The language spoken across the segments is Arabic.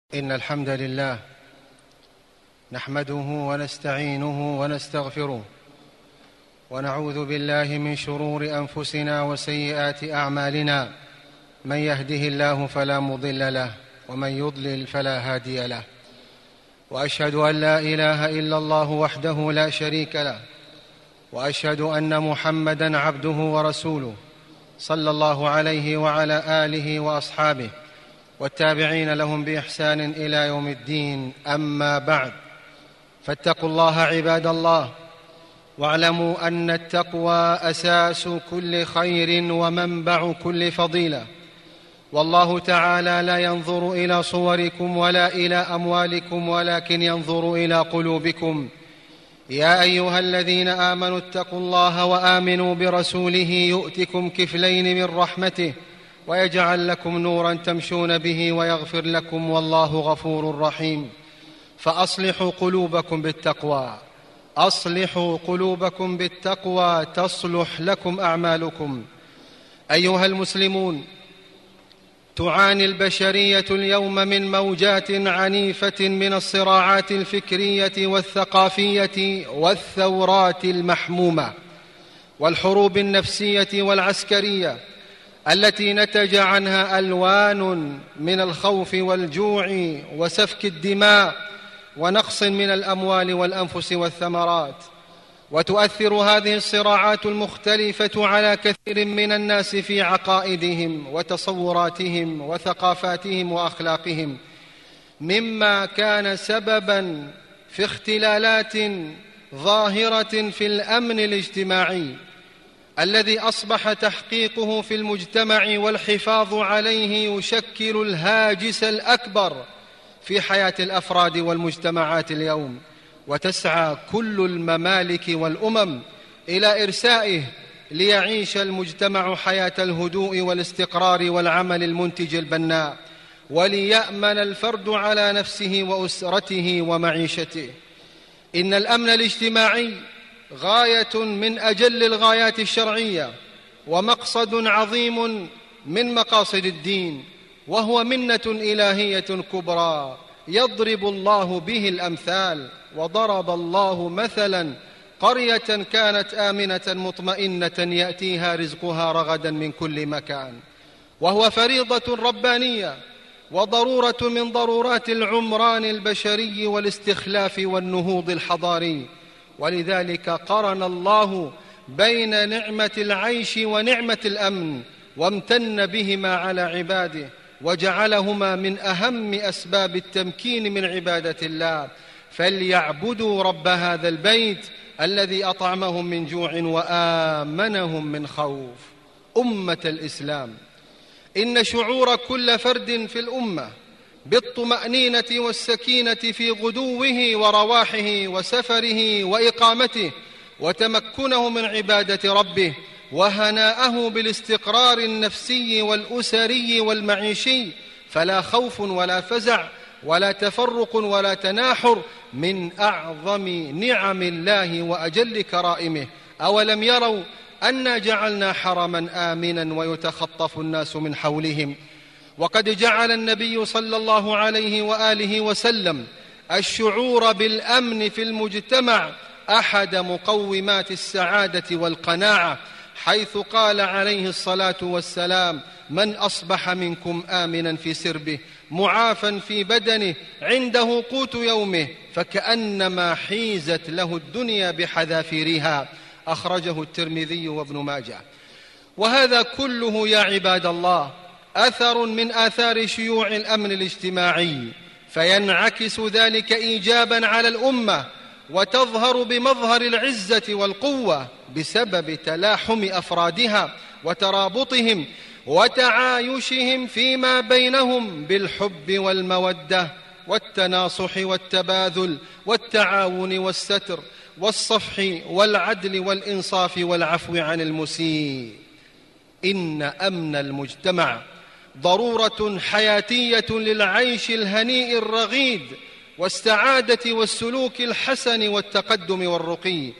إن الحمد لله نحمده ونستعينه ونستغفره ونعوذ بالله من شرور أنفسنا وسيئات أعمالنا. من يهده الله فلا مضل له ومن يضلل فلا هادي له، وأشهد أن لا إله إلا الله وحده لا شريك له، وأشهد أن محمدًا عبده ورسوله صلى الله عليه وعلى آله وأصحابه والتابعين لهم بإحسان إلى يوم الدين. أما بعد، فاتقوا الله عباد الله، واعلموا أن التقوى أساس كل خير ومنبع كل فضيلة، والله تعالى لا ينظر إلى صوركم ولا إلى أموالكم ولكن ينظر إلى قلوبكم. يا أيها الذين آمنوا اتقوا الله وآمنوا برسوله يؤتكم كفلين من رحمته ويجعل لكم نورا تمشون به ويغفر لكم، والله غفور رحيم. فأصلحوا قلوبكم بالتقوى، أصلحوا قلوبكم بالتقوى تصلح لكم أعمالكم. أيها المسلمون، تعاني البشرية اليوم من موجات عنيفة من الصراعات الفكرية والثقافية والثورات المحمومة والحروب النفسية والعسكرية التي نتج عنها ألوان من الخوف والجوع وسفك الدماء ونقص من الأموال والأنفس والثمرات. وتؤثر هذه الصراعات المختلفة على كثير من الناس في عقائدهم وتصوراتهم وثقافاتهم وأخلاقهم، مما كان سبباً في اختلالات ظاهرة في الأمن الاجتماعي الذي أصبح تحقيقه في المجتمع والحفاظ عليه يشكل الهاجس الأكبر في حياة الأفراد والمجتمعات اليوم. وتسعى كل الممالك والأمم إلى إرسائه ليعيش المجتمع حياة الهدوء والاستقرار والعمل المنتج البناء، وليأمن الفرد على نفسه وأسرته ومعيشته. إن الأمن الاجتماعي غاية من أجل الغايات الشرعية، ومقصد عظيم من مقاصد الدين، وهو منة إلهية كبرى يضرب الله به الأمثال. وضرب الله مثلا قرية كانت آمنة مطمئنة يأتيها رزقها رغدا من كل مكان، وهو فريضة ربانية وضرورة من ضرورات العمران البشري والاستخلاف والنهوض الحضاري. ولذلك قرن الله بين نعمة العيش ونعمة الأمن، وامتن بهما على عباده، وجعلهما من أهم أسباب التمكين من عبادة الله. فليعبدوا رب هذا البيت الذي أطعمهم من جوع وآمنهم من خوف. أمة الإسلام، إن شعور كل فرد في الأمة بالطمأنينة والسكينة في غدوه ورواحه وسفره وإقامته وتمكنه من عبادة ربه، وهناءه بالاستقرار النفسي والأسري والمعيشي، فلا خوف ولا فزع ولا تفرق ولا تناحر، من أعظم نعم الله وأجل كرائمه. أولم يروا أنا جعلنا حرما آمنا ويتخطف الناس من حولهم؟ وقد جعل النبي صلى الله عليه وآله وسلم الشعور بالأمن في المجتمع أحد مقومات السعادة والقناعة، حيث قال عليه الصلاة والسلام: من أصبح منكم آمنا في سربه معافا في بدنه عنده قوت يومه فكأنما حيزت له الدنيا بحذافيرها. أخرجه الترمذي وابن ماجه. وهذا كله يا عباد الله أثر من آثار شيوع الأمن الاجتماعي، فينعكس ذلك إيجابا على الأمة، وتظهر بمظهر العزة والقوة بسبب تلاحم أفرادها وترابطهم وتعايشهم فيما بينهم بالحب والمودة والتناصح والتباذل والتعاون والستر والصفح والعدل والإنصاف والعفو عن المسيء. إن أمن المجتمع ضرورة حياتية للعيش الهنيء الرغيد والسعادة والسلوك الحسن والتقدم والرقي.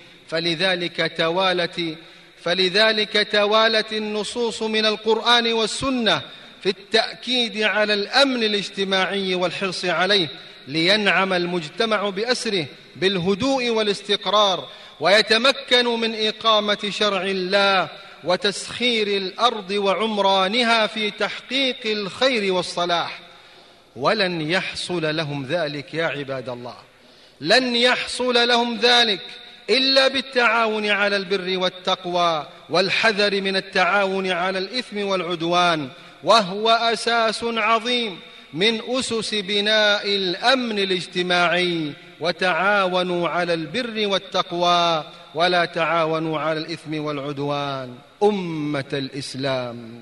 فلذلك توالت النصوص من القرآن والسنة في التأكيد على الأمن الاجتماعي والحرص عليه لينعم المجتمع بأسره بالهدوء والاستقرار، ويتمكن من إقامة شرع الله وتسخير الأرض وعمرانها في تحقيق الخير والصلاح. ولن يحصل لهم ذلك يا عباد الله، لن يحصل لهم ذلك إلا بالتعاون على البر والتقوى والحذر من التعاون على الإثم والعدوان، وهو أساس عظيم من أسس بناء الأمن الاجتماعي. وتعاونوا على البر والتقوى ولا تعاونوا على الإثم والعدوان. أمة الإسلام،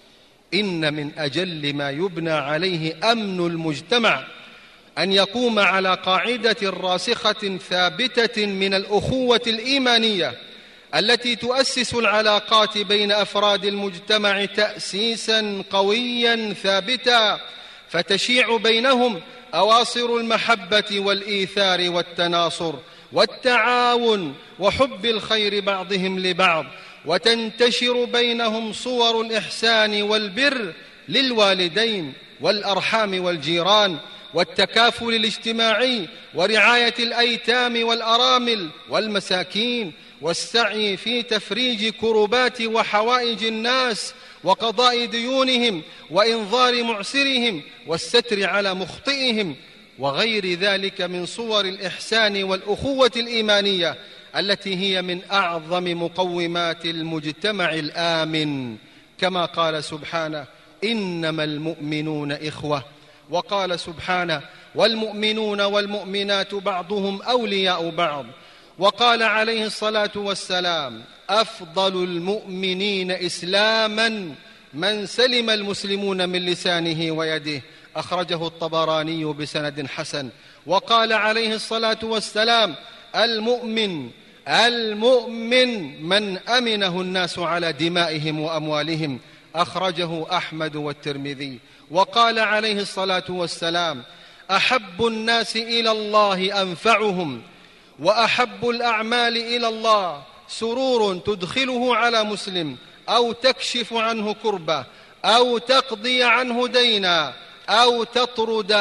إن من أجل ما يبنى عليه أمن المجتمع أن يقوم على قاعدة راسخة ثابتة من الأخوة الإيمانية التي تؤسس العلاقات بين أفراد المجتمع تأسيسا قويا ثابتا، فتشيع بينهم أواصر المحبة والإيثار والتناصر والتعاون وحب الخير بعضهم لبعض، وتنتشر بينهم صور الإحسان والبر للوالدين والأرحام والجيران، والتكافل الاجتماعي ورعاية الأيتام والأرامل والمساكين، والسعي في تفريج كربات وحوائج الناس وقضاء ديونهم وإنظار معسرهم والستر على مخطئهم، وغير ذلك من صور الإحسان والأخوة الإيمانية التي هي من أعظم مقومات المجتمع الآمن، كما قال سبحانه: إنما المؤمنون إخوة. وقال سبحانه: والمؤمنون والمؤمنات بعضهم أولياء بعض. وقال عليه الصلاة والسلام: أفضل المؤمنين إسلاما من سلم المسلمون من لسانه ويده. أخرجه الطبراني بسند حسن. وقال عليه الصلاة والسلام: المؤمن من أمنه الناس على دمائهم وأموالهم. أخرجه أحمد والترمذي. وقال عليه الصلاة والسلام: أحب الناس إلى الله أنفعهم، وأحب الأعمال إلى الله سرور تدخله على مسلم، أو تكشف عنه كربة، أو تقضي عنه دينا، أو تطرد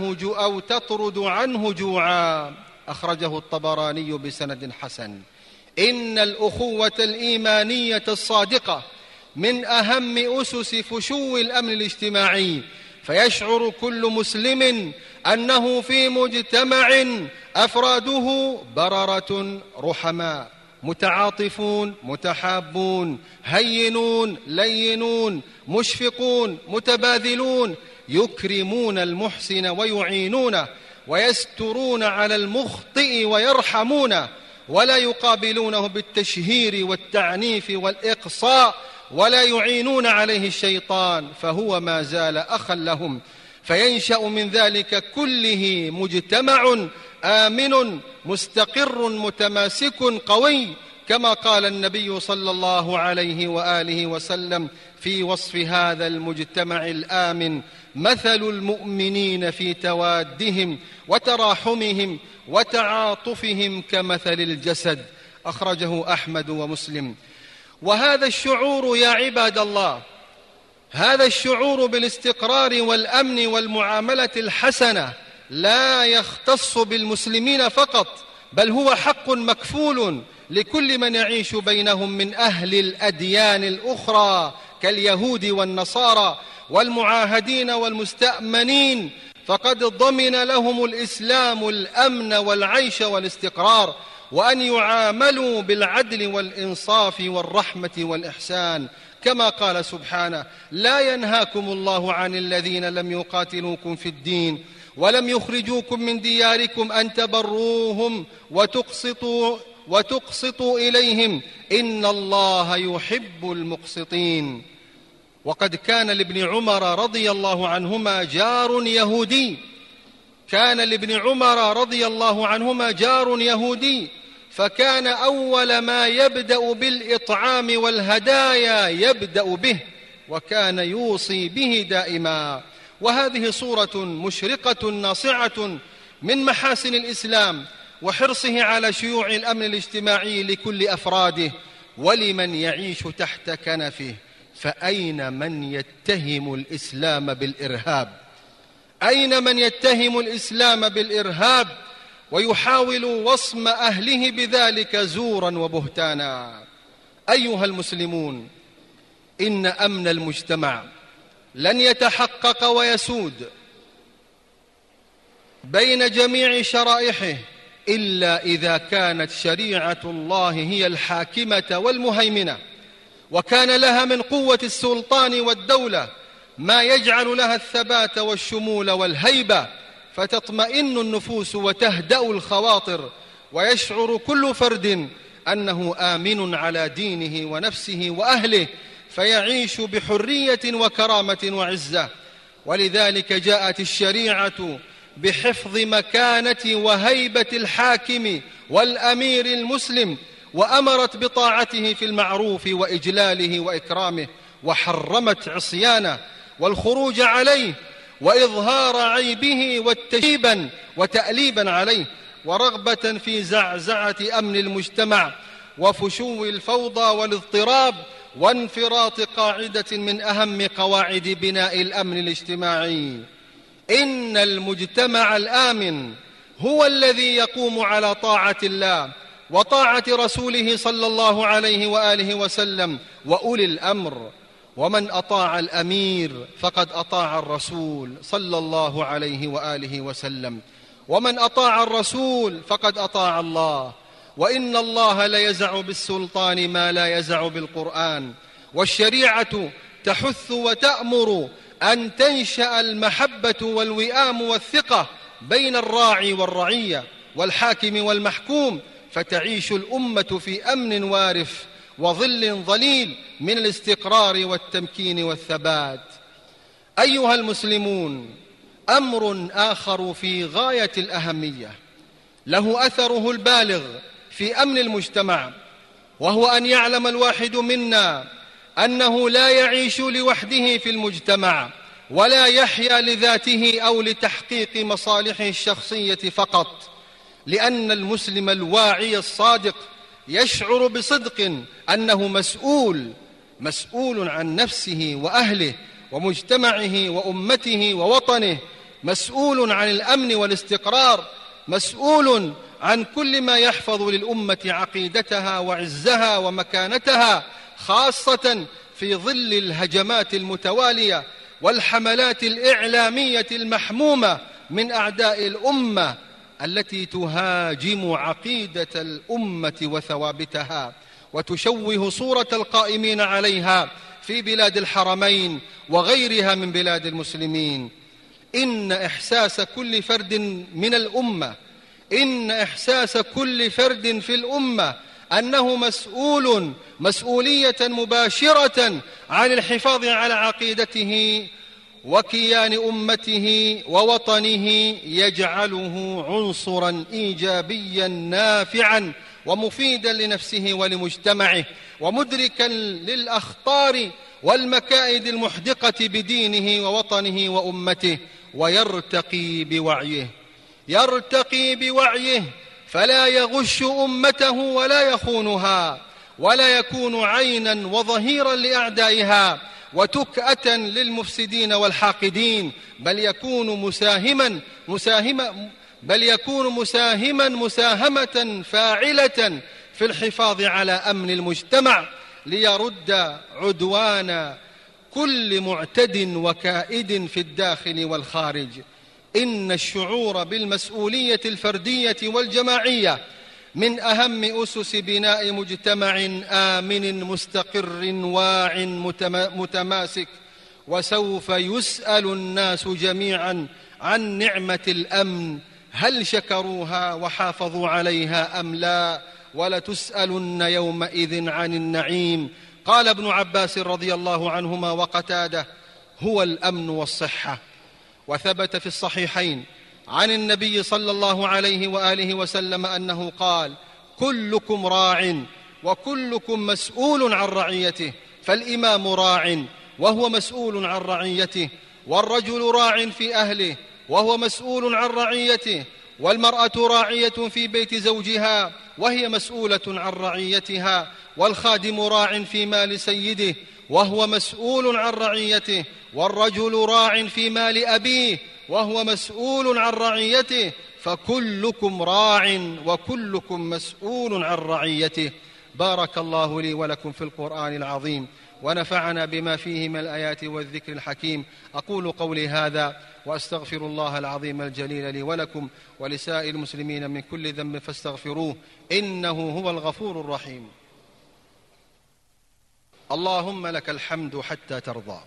عنه جوعا. أخرجه الطبراني بسند حسن. إن الأخوة الإيمانية الصادقة من أهم أسس فشو الأمن الاجتماعي، فيشعر كل مسلم أنه في مجتمع أفراده بررة رحماء، متعاطفون متحابون، هينون لينون، مشفقون متباذلون، يكرمون المحسن ويعينونه، ويسترون على المخطئ ويرحمونه، ولا يقابلونه بالتشهير والتعنيف والإقصاء، ولا يعينون عليه الشيطان، فهو ما زال أخا لهم. فينشأ من ذلك كله مجتمع آمن مستقر متماسك قوي، كما قال النبي صلى الله عليه وآله وسلم في وصف هذا المجتمع الآمن: مثل المؤمنين في توادهم وتراحمهم وتعاطفهم كمثل الجسد. أخرجه أحمد ومسلم. وهذا الشعور يا عباد الله، هذا الشعور بالاستقرار والأمن والمعاملة الحسنة لا يختص بالمسلمين فقط، بل هو حق مكفول لكل من يعيش بينهم من أهل الأديان الأخرى كاليهود والنصارى والمعاهدين والمستأمنين، فقد ضمن لهم الإسلام الأمن والعيش والاستقرار، وأن يعاملوا بالعدل والإنصاف والرحمة والإحسان، كما قال سبحانه: لا ينهاكم الله عن الذين لم يقاتلوكم في الدين ولم يخرجوكم من دياركم أن تبروهم وتقسطوا إليهم إن الله يحب المقسطين. وقد كان لابن عمر رضي الله عنهما جار يهودي، فكان أول ما يبدأ بالإطعام والهدايا يبدأ به، وكان يوصي به دائما. وهذه صورة مشرقة ناصعة من محاسن الإسلام وحرصه على شيوع الأمن الاجتماعي لكل أفراده ولمن يعيش تحت كنفه. فأين من يتهم الإسلام بالإرهاب؟ أين من يتهم الإسلام بالإرهاب ويحاول وصم أهله بذلك زورا وبهتانا؟ أيها المسلمون، إن أمن المجتمع لن يتحقق ويسود بين جميع شرائحه إلا إذا كانت شريعة الله هي الحاكمة والمهيمنة، وكان لها من قوة السلطان والدولة ما يجعل لها الثبات والشمول والهيبة، فتطمئن النفوس وتهدأ الخواطر، ويشعر كل فرد أنه آمن على دينه ونفسه وأهله، فيعيش بحرية وكرامة وعزة. ولذلك جاءت الشريعة بحفظ مكانة وهيبة الحاكم والأمير المسلم، وأمرت بطاعته في المعروف وإجلاله وإكرامه، وحرمت عصيانه والخروج عليه وإظهار عيبه والتشيبا وتأليبا عليه، ورغبة في زعزعة أمن المجتمع وفشو الفوضى والاضطراب وانفراط قاعدة من أهم قواعد بناء الأمن الاجتماعي. إن المجتمع الآمن هو الذي يقوم على طاعة الله وطاعة رسوله صلى الله عليه وآله وسلم وأولي الأمر، ومن أطاع الأمير فقد أطاع الرسول صلى الله عليه وآله وسلم، ومن أطاع الرسول فقد أطاع الله، وإن الله ليزع بالسلطان ما لا يزع بالقرآن. والشريعة تحث وتأمر أن تنشأ المحبة والوئام والثقة بين الراعي والرعية والحاكم والمحكوم، فتعيش الأمة في أمن وارف وظل ظليل من الاستقرار والتمكين والثبات. أيها المسلمون، أمر آخر في غاية الأهمية له أثره البالغ في أمن المجتمع، وهو أن يعلم الواحد منا أنه لا يعيش لوحده في المجتمع، ولا يحيا لذاته أو لتحقيق مصالحه الشخصية فقط، لأن المسلم الواعي الصادق يشعر بصدق أنه مسؤول عن نفسه وأهله ومجتمعه وأمته ووطنه، مسؤول عن الأمن والاستقرار، مسؤول عن كل ما يحفظ للأمة عقيدتها وعزها ومكانتها، خاصة في ظل الهجمات المتوالية والحملات الإعلامية المحمومة من أعداء الأمة التي تهاجم عقيدة الأمة وثوابتها، وتشوه صورة القائمين عليها في بلاد الحرمين وغيرها من بلاد المسلمين. إن إحساس كل فرد في الأمة أنه مسؤولية مباشرة عن الحفاظ على عقيدته وكيان أمته ووطنه يجعله عنصرا إيجابيا نافعا ومفيدا لنفسه ولمجتمعه، ومدركا للأخطار والمكائد المحدقة بدينه ووطنه وأمته، ويرتقي بوعيه فلا يغش أمته ولا يخونها، ولا يكون عينا وظهيرا لأعدائها وتكأة للمفسدين والحاقدين، بل يكون مساهمة فاعلة في الحفاظ على أمن المجتمع، ليرد عدوان كل معتد وكائد في الداخل والخارج. إن الشعور بالمسؤولية الفردية والجماعية من أهم أسس بناء مجتمع آمن مستقر واع متماسك، وسوف يسأل الناس جميعا عن نعمة الأمن، هل شكروها وحافظوا عليها أم لا؟ ولتسألن يومئذ عن النعيم. قال ابن عباس رضي الله عنهما وقتاده: هو الأمن والصحة. وثبت في الصحيحين عن النبي صلى الله عليه وآله وسلم أنه قال: كلكم راع وكلكم مسؤول عن رعيته، فالإمام راع وهو مسؤول عن رعيته، والرجل راع في أهله وهو مسؤول عن رعيته، والمرأة راعية في بيت زوجها وهي مسؤولة عن رعيتها، والخادم راع في مال سيده وهو مسؤول عن رعيته، والرجل راع في مال أبيه وهو مسؤول عن رعيته، فكلكم راع وكلكم مسؤول عن رعيته. بارك الله لي ولكم في القرآن العظيم، ونفعنا بما فيه من الآيات والذكر الحكيم. أقول قولي هذا وأستغفر الله العظيم الجليل لي ولكم ولسائر المسلمين من كل ذنب فاستغفروه، إنه هو الغفور الرحيم. اللهم لك الحمد حتى ترضى،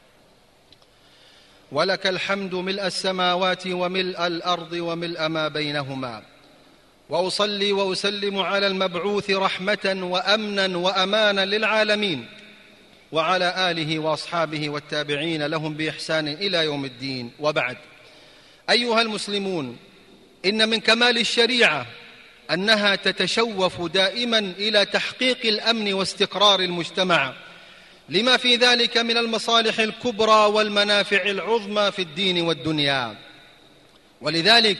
ولك الحمد ملء السماوات وملء الأرض وملء ما بينهما، وأصلي وأسلم على المبعوث رحمة وأمنا وأمانا للعالمين، وعلى آله وأصحابه والتابعين لهم بإحسان إلى يوم الدين. وبعد، أيها المسلمون، إن من كمال الشريعة أنها تتشوف دائما إلى تحقيق الأمن واستقرار المجتمع، لما في ذلك من المصالح الكبرى والمنافع العظمى في الدين والدنيا. ولذلك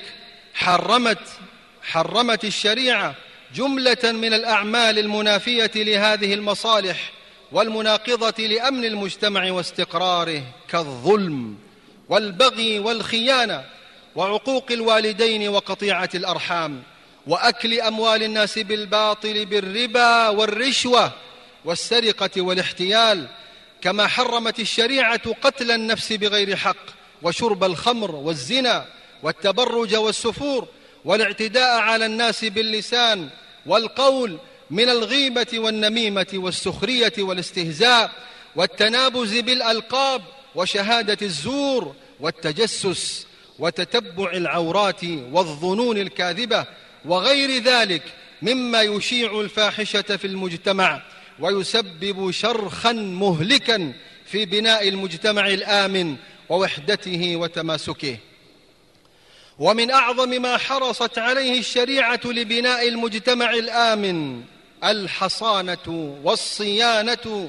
حرمت الشريعة جملة من الأعمال المنافية لهذه المصالح والمناقضة لأمن المجتمع واستقراره، كالظلم والبغي والخيانة وعقوق الوالدين وقطيعة الأرحام وأكل أموال الناس بالباطل بالربا والرشوة والسرقة والاحتيال. كما حرمت الشريعة قتل النفس بغير حق، وشرب الخمر والزنا والتبرج والسفور، والاعتداء على الناس باللسان والقول من الغيبة والنميمة والسخرية والاستهزاء والتنابز بالألقاب وشهادة الزور والتجسس وتتبع العورات والظنون الكاذبة وغير ذلك مما يشيع الفاحشة في المجتمع ويسبب شرخا مهلكا في بناء المجتمع الآمن ووحدته وتماسكه. ومن أعظم ما حرصت عليه الشريعة لبناء المجتمع الآمن الحصانة والصيانة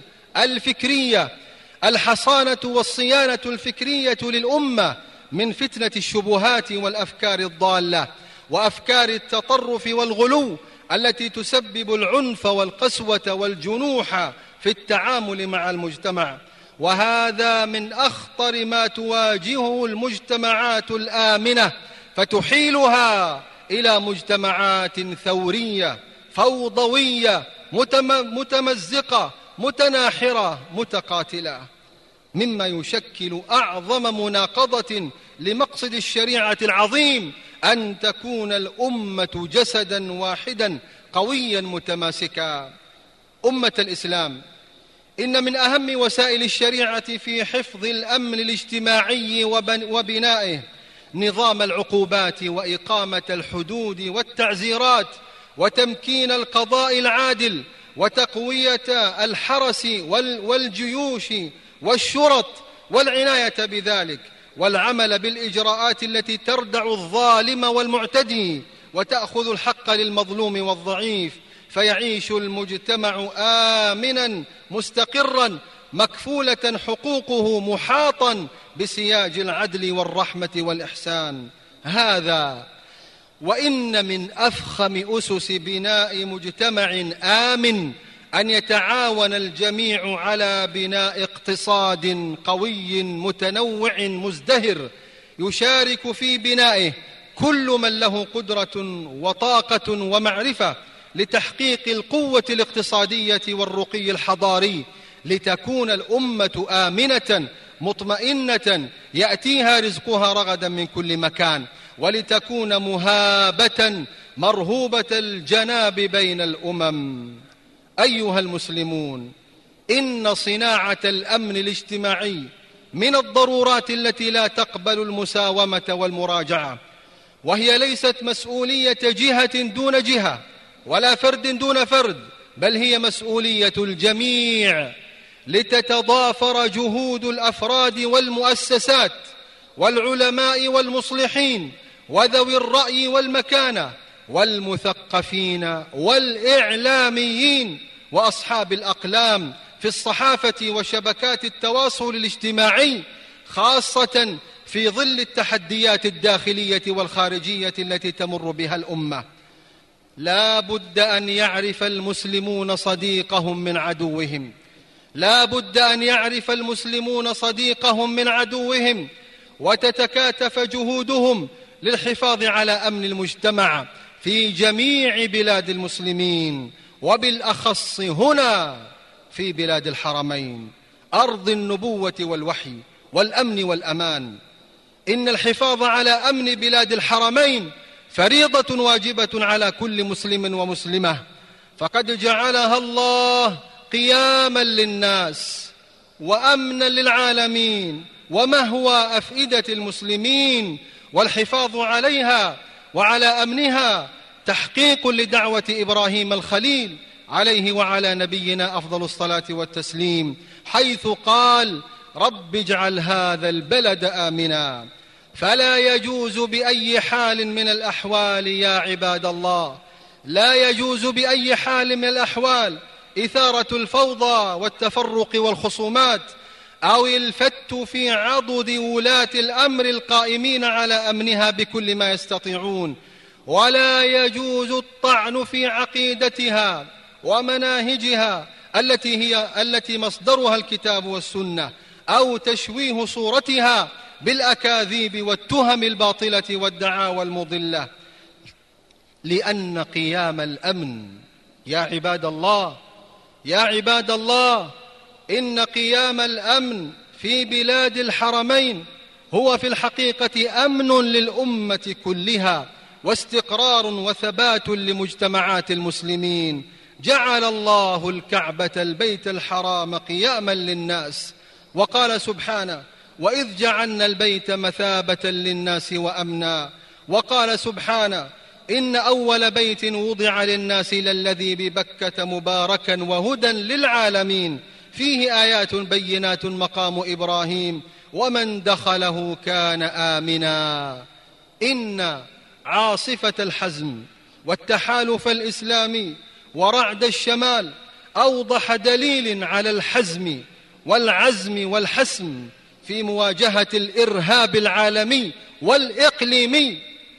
الفكرية للأمة من فتنة الشبهات والأفكار الضالة وأفكار التطرف والغلو التي تسبب العنف والقسوة والجنوح في التعامل مع المجتمع. وهذا من أخطر ما تواجهه المجتمعات الآمنة، فتحيلها إلى مجتمعات ثورية فوضوية متمزقة متناحرة متقاتلة، مما يشكل أعظم مناقضة لمقصد الشريعة العظيم أن تكون الأمة جسدا واحدا قويا متماسكا. أمة الإسلام، إن من أهم وسائل الشريعة في حفظ الأمن الاجتماعي وبنائه نظام العقوبات وإقامة الحدود والتعزيرات وتمكين القضاء العادل وتقوية الحرس والجيوش والشرط والعناية بذلك، والعمل بالإجراءات التي تردع الظالم والمعتدي وتأخذ الحق للمظلوم والضعيف، فيعيش المجتمع آمنا مستقرا مكفولة حقوقه محاطا بسياج العدل والرحمة والإحسان. هذا وإن من أفخم أسس بناء مجتمع آمن أن يتعاون الجميع على بناء اقتصاد قوي متنوع مزدهر يشارك في بنائه كل من له قدرة وطاقة ومعرفة لتحقيق القوة الاقتصادية والرقي الحضاري، لتكون الأمة آمنة مطمئنة يأتيها رزقها رغدا من كل مكان، ولتكون مهابة مرهوبة الجناب بين الأمم. أيها المسلمون، إن صناعة الأمن الاجتماعي من الضرورات التي لا تقبل المساومة والمراجعة، وهي ليست مسؤولية جهة دون جهة ولا فرد دون فرد، بل هي مسؤولية الجميع، لتتضافر جهود الأفراد والمؤسسات والعلماء والمصلحين وذوي الرأي والمكانة والمثقفين والإعلاميين وأصحاب الأقلام في الصحافة وشبكات التواصل الاجتماعي، خاصة في ظل التحديات الداخلية والخارجية التي تمر بها الأمة. لا بد أن يعرف المسلمون صديقهم من عدوهم، لا بد أن يعرف المسلمون صديقهم من عدوهم، وتتكاتف جهودهم للحفاظ على أمن المجتمع في جميع بلاد المسلمين، وبالأخص هنا في بلاد الحرمين، أرض النبوة والوحي والأمن والأمان. إن الحفاظ على أمن بلاد الحرمين فريضة واجبة على كل مسلم ومسلمة، فقد جعلها الله قياما للناس وأمنا للعالمين ومهوى أفئدة المسلمين، والحفاظ عليها وعلى أمنها تحقيق لدعوة إبراهيم الخليل عليه وعلى نبينا أفضل الصلاة والتسليم، حيث قال: رب اجعل هذا البلد آمنا. فلا يجوز بأي حال من الأحوال يا عباد الله، لا يجوز بأي حال من الأحوال إثارة الفوضى والتفرق والخصومات، أو الفت في عضد ولاة الأمر القائمين على أمنها بكل ما يستطيعون، ولا يجوز الطعن في عقيدتها ومناهجها التي مصدرها الكتاب والسنة، أو تشويه صورتها بالأكاذيب والتهم الباطلة والدعاوى المضلة. لأن قيام الأمن يا عباد الله إن قيام الأمن في بلاد الحرمين هو في الحقيقة أمن للأمة كلها، واستقرار وثبات لمجتمعات المسلمين. جعل الله الكعبة البيت الحرام قياما للناس، وقال سبحانه: وإذ جعلنا البيت مثابة للناس وأمنا. وقال سبحانه: إن أول بيت وضع للناس للذي ببكة مباركا وهدى للعالمين فيه آيات بينات مقام إبراهيم ومن دخله كان آمنا. إن عاصفة الحزم والتحالف الإسلامي ورعد الشمال أوضح دليل على الحزم والعزم والحسم في مواجهة الإرهاب العالمي والإقليمي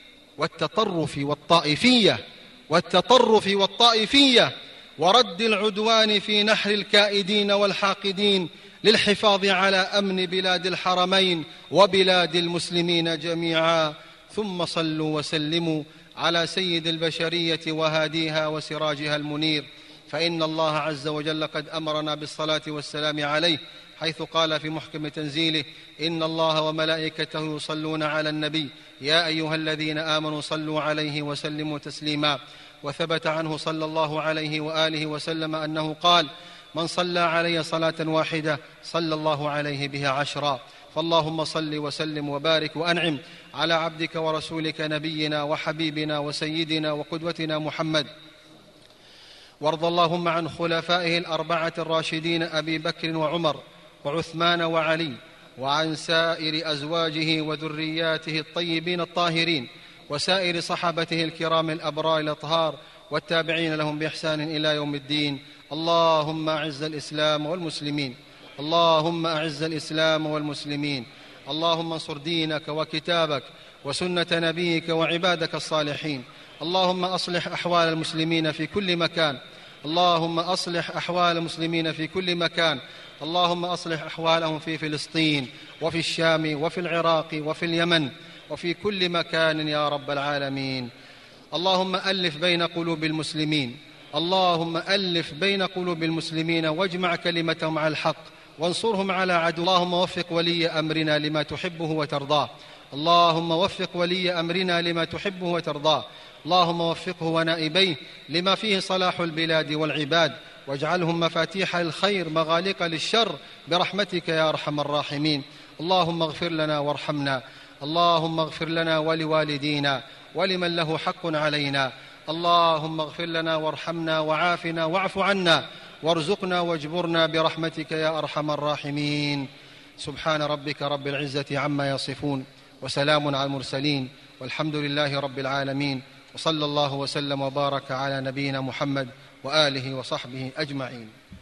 والتطرف والطائفية ورد العدوان في نحر الكائدين والحاقدين للحفاظ على أمن بلاد الحرمين وبلاد المسلمين جميعا. ثم صلوا وسلموا على سيد البشرية وهاديها وسراجها المنير، فإن الله عز وجل قد أمرنا بالصلاة والسلام عليه، حيث قال في محكم تنزيله: إن الله وملائكته يصلون على النبي يا أيها الذين آمنوا صلوا عليه وسلموا تسليما. وثبت عنه صلى الله عليه وآله وسلم أنه قال: من صلى علي صلاة واحدة صلى الله عليه بها 10. فاللهم صل وسلم وبارك وأنعم على عبدك ورسولك نبينا وحبيبنا وسيدنا وقدوتنا محمد، وارض اللهم عن خلفائه الأربعة الراشدين أبي بكر وعمر وعثمان وعلي، وعن سائر أزواجه وذرياته الطيبين الطاهرين، وسائر صحابته الكرام الأبرار الأطهار، والتابعين لهم بإحسان إلى يوم الدين. اللهم أعز الإسلام والمسلمين، اللهم أعز الإسلام والمسلمين، اللهم انصر دينك وكتابك وسنة نبيك وعبادك الصالحين. اللهم أصلح أحوال المسلمين في كل مكان، اللهم أصلح أحوال المسلمين في كل مكان، اللهم أصلح أحوالهم في فلسطين وفي الشام وفي العراق وفي اليمن وفي كل مكان يا رب العالمين. اللهم ألف بين قلوب المسلمين، اللهم ألف بين قلوب المسلمين واجمع كلمتهم على الحق وانصرهم على عدو. اللهم وفق ولي أمرنا لما تحبه وترضاه، اللهم وفق ولي أمرنا لما تحبه وترضاه، اللهم وفقه ونائبيه لما فيه صلاح البلاد والعباد، واجعلهم مفاتيح الخير مغاليق للشر برحمتك يا أرحم الراحمين. اللهم اغفر لنا وارحمنا، اللهم اغفر لنا ولوالدينا ولمن له حق علينا، اللهم اغفر لنا وارحمنا وعافنا واعف عنا وارزقنا واجبرنا برحمتك يا أرحم الراحمين. سبحان ربك رب العزة عما يصفون، وسلام على المرسلين، والحمد لله رب العالمين، وصلى الله وسلم وبارك على نبينا محمد وآله وصحبه أجمعين.